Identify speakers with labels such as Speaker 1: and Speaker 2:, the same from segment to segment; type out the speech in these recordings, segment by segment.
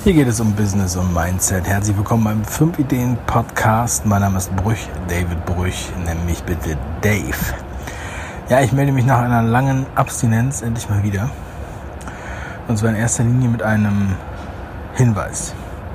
Speaker 1: Hier geht es um Business und Mindset. Herzlich willkommen beim 5 Ideen Podcast. Mein Name ist Brüch, David Brüch, nenn mich bitte Dave. Ja, ich melde mich nach einer langen Abstinenz endlich mal wieder. Und zwar in erster Linie mit einem Hinweis.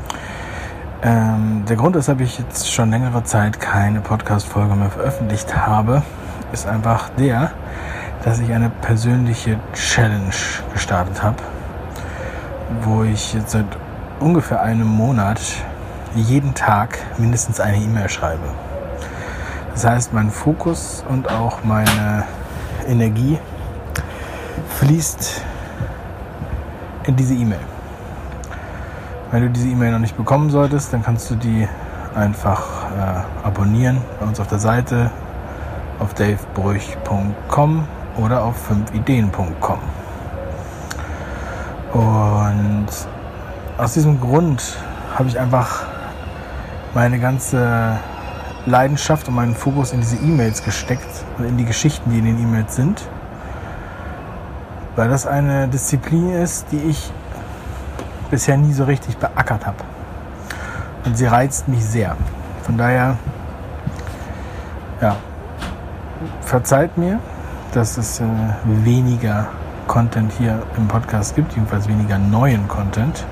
Speaker 1: Der Grund, weshalb ich jetzt schon längere Zeit keine Podcast-Folge mehr veröffentlicht habe, ist einfach der, dass ich eine persönliche Challenge gestartet habe, wo ich jetzt seit ungefähr einem Monat jeden Tag mindestens eine E-Mail schreibe. Das heißt, mein Fokus und auch meine Energie fließt in diese E-Mail. Wenn du diese E-Mail noch nicht bekommen solltest, dann kannst du die einfach abonnieren bei uns auf der Seite auf davebrüch.com oder auf 5ideen.com. Und aus diesem Grund habe ich einfach meine ganze Leidenschaft und meinen Fokus in diese E-Mails gesteckt und in die Geschichten, die in den E-Mails sind, weil das eine Disziplin ist, die ich bisher nie so richtig beackert habe. Und sie reizt mich sehr. Von daher, verzeiht mir, dass es weniger Content hier im Podcast gibt, jedenfalls weniger neuen Content.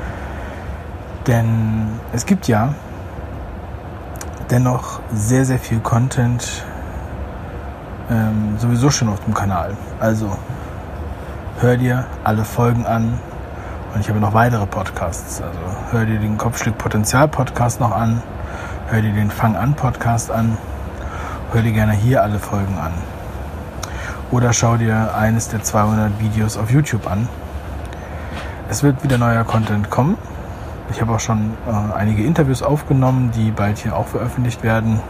Speaker 1: Denn es gibt ja dennoch sehr, sehr viel Content sowieso schon auf dem Kanal. Also hör dir alle Folgen an. Und ich habe noch weitere Podcasts. Also hör dir den Kopfstück Potenzial Podcast noch an. Hör dir den Fang an Podcast an. Hör dir gerne hier alle Folgen an. Oder schau dir eines der 200 Videos auf YouTube an. Es wird wieder neuer Content kommen. Ich habe auch schon einige Interviews aufgenommen, die bald hier auch veröffentlicht werden.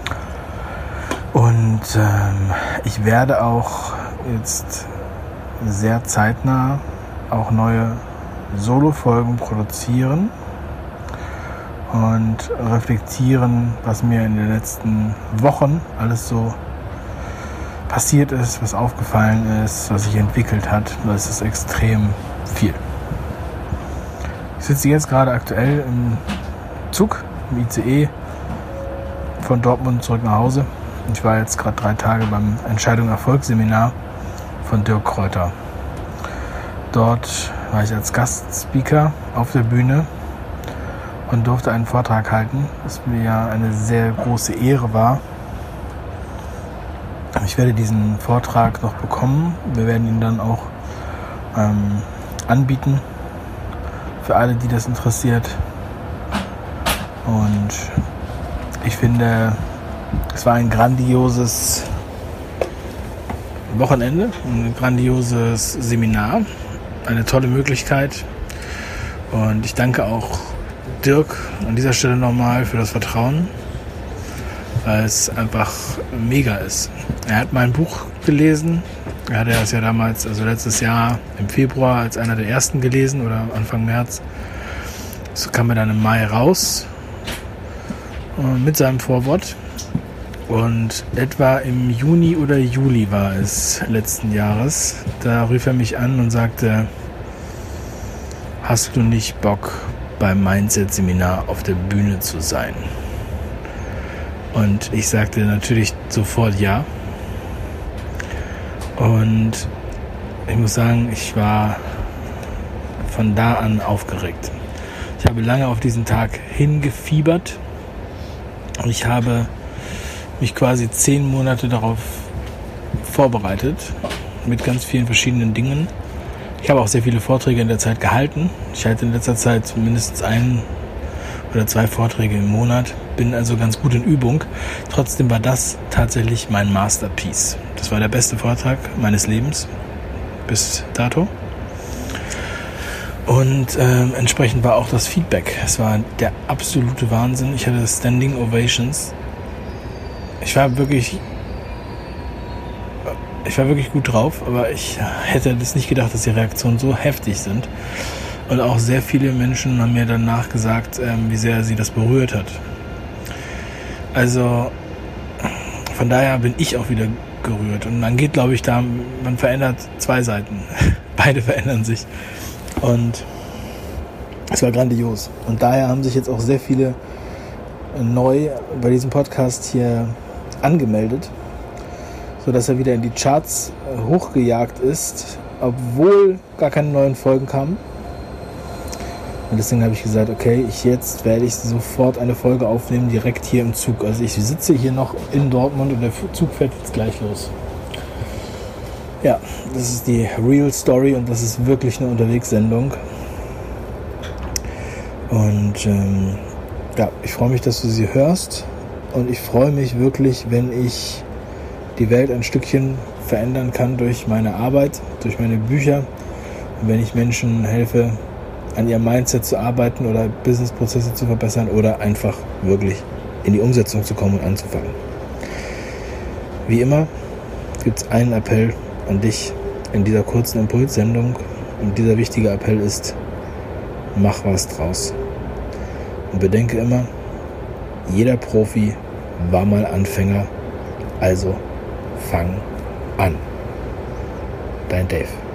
Speaker 1: Und ich werde auch jetzt sehr zeitnah auch neue Solo-Folgen produzieren und reflektieren, was mir in den letzten Wochen alles so passiert ist, was aufgefallen ist, was sich entwickelt hat. Das ist extrem viel. Ich sitze jetzt gerade aktuell im Zug, im ICE von Dortmund zurück nach Hause. Ich war jetzt gerade 3 Tage beim Entscheidung-Erfolg-Seminar von Dirk Kräuter. Dort war ich als Gastspeaker auf der Bühne und durfte einen Vortrag halten, was mir ja eine sehr große Ehre war. Ich werde diesen Vortrag noch bekommen. Wir werden ihn dann auch anbieten für alle, die das interessiert. Und ich finde, es war ein grandioses Wochenende, ein grandioses Seminar. Eine tolle Möglichkeit und ich danke auch Dirk an dieser Stelle nochmal für das Vertrauen, weil es einfach mega ist. Er hat mein Buch gelesen, er hatte das ja damals, also letztes Jahr im Februar als einer der ersten gelesen oder Anfang März. So kam er dann im Mai raus mit seinem Vorwort und etwa im Juni oder Juli war es letzten Jahres, da rief er mich an und sagte: Hast du nicht Bock, beim Mindset-Seminar auf der Bühne zu sein? Und ich sagte natürlich sofort ja. Und ich muss sagen, ich war von da an aufgeregt. Ich habe lange auf diesen Tag hingefiebert und ich habe mich quasi 10 Monate darauf vorbereitet mit ganz vielen verschiedenen Dingen. Ich habe auch sehr viele Vorträge in der Zeit gehalten. Ich halte in letzter Zeit mindestens 1 oder 2 Vorträge im Monat. Bin also ganz gut in Übung. Trotzdem war das tatsächlich mein Masterpiece. Das war der beste Vortrag meines Lebens bis dato. Und entsprechend war auch das Feedback. Es war der absolute Wahnsinn. Ich hatte Standing Ovations. Ich war wirklich gut drauf, aber ich hätte das nicht gedacht, dass die Reaktionen so heftig sind. Und auch sehr viele Menschen haben mir danach gesagt, wie sehr sie das berührt hat. Also von daher bin ich auch wieder gerührt. Und dann geht, glaube ich, man verändert 2 Seiten. Beide verändern sich. Und Es war grandios. Und daher haben sich jetzt auch sehr viele neu bei diesem Podcast hier angemeldet, sodass er wieder in die Charts hochgejagt ist, obwohl gar keine neuen Folgen kamen. Und deswegen habe ich gesagt, okay, jetzt werde ich sofort eine Folge aufnehmen, direkt hier im Zug. Also ich sitze hier noch in Dortmund und der Zug fährt jetzt gleich los. Ja, das ist die Real Story und das ist wirklich eine Unterwegssendung. Und ich freue mich, dass du sie hörst. Und ich freue mich wirklich, wenn ich die Welt ein Stückchen verändern kann durch meine Arbeit, durch meine Bücher. Und wenn ich Menschen helfe, an ihrem Mindset zu arbeiten oder Businessprozesse zu verbessern oder einfach wirklich in die Umsetzung zu kommen und anzufangen. Wie immer gibt es einen Appell an dich in dieser kurzen Impulssendung. Und dieser wichtige Appell ist, mach was draus. Und bedenke immer, jeder Profi war mal Anfänger, also fang an. Dein Dave.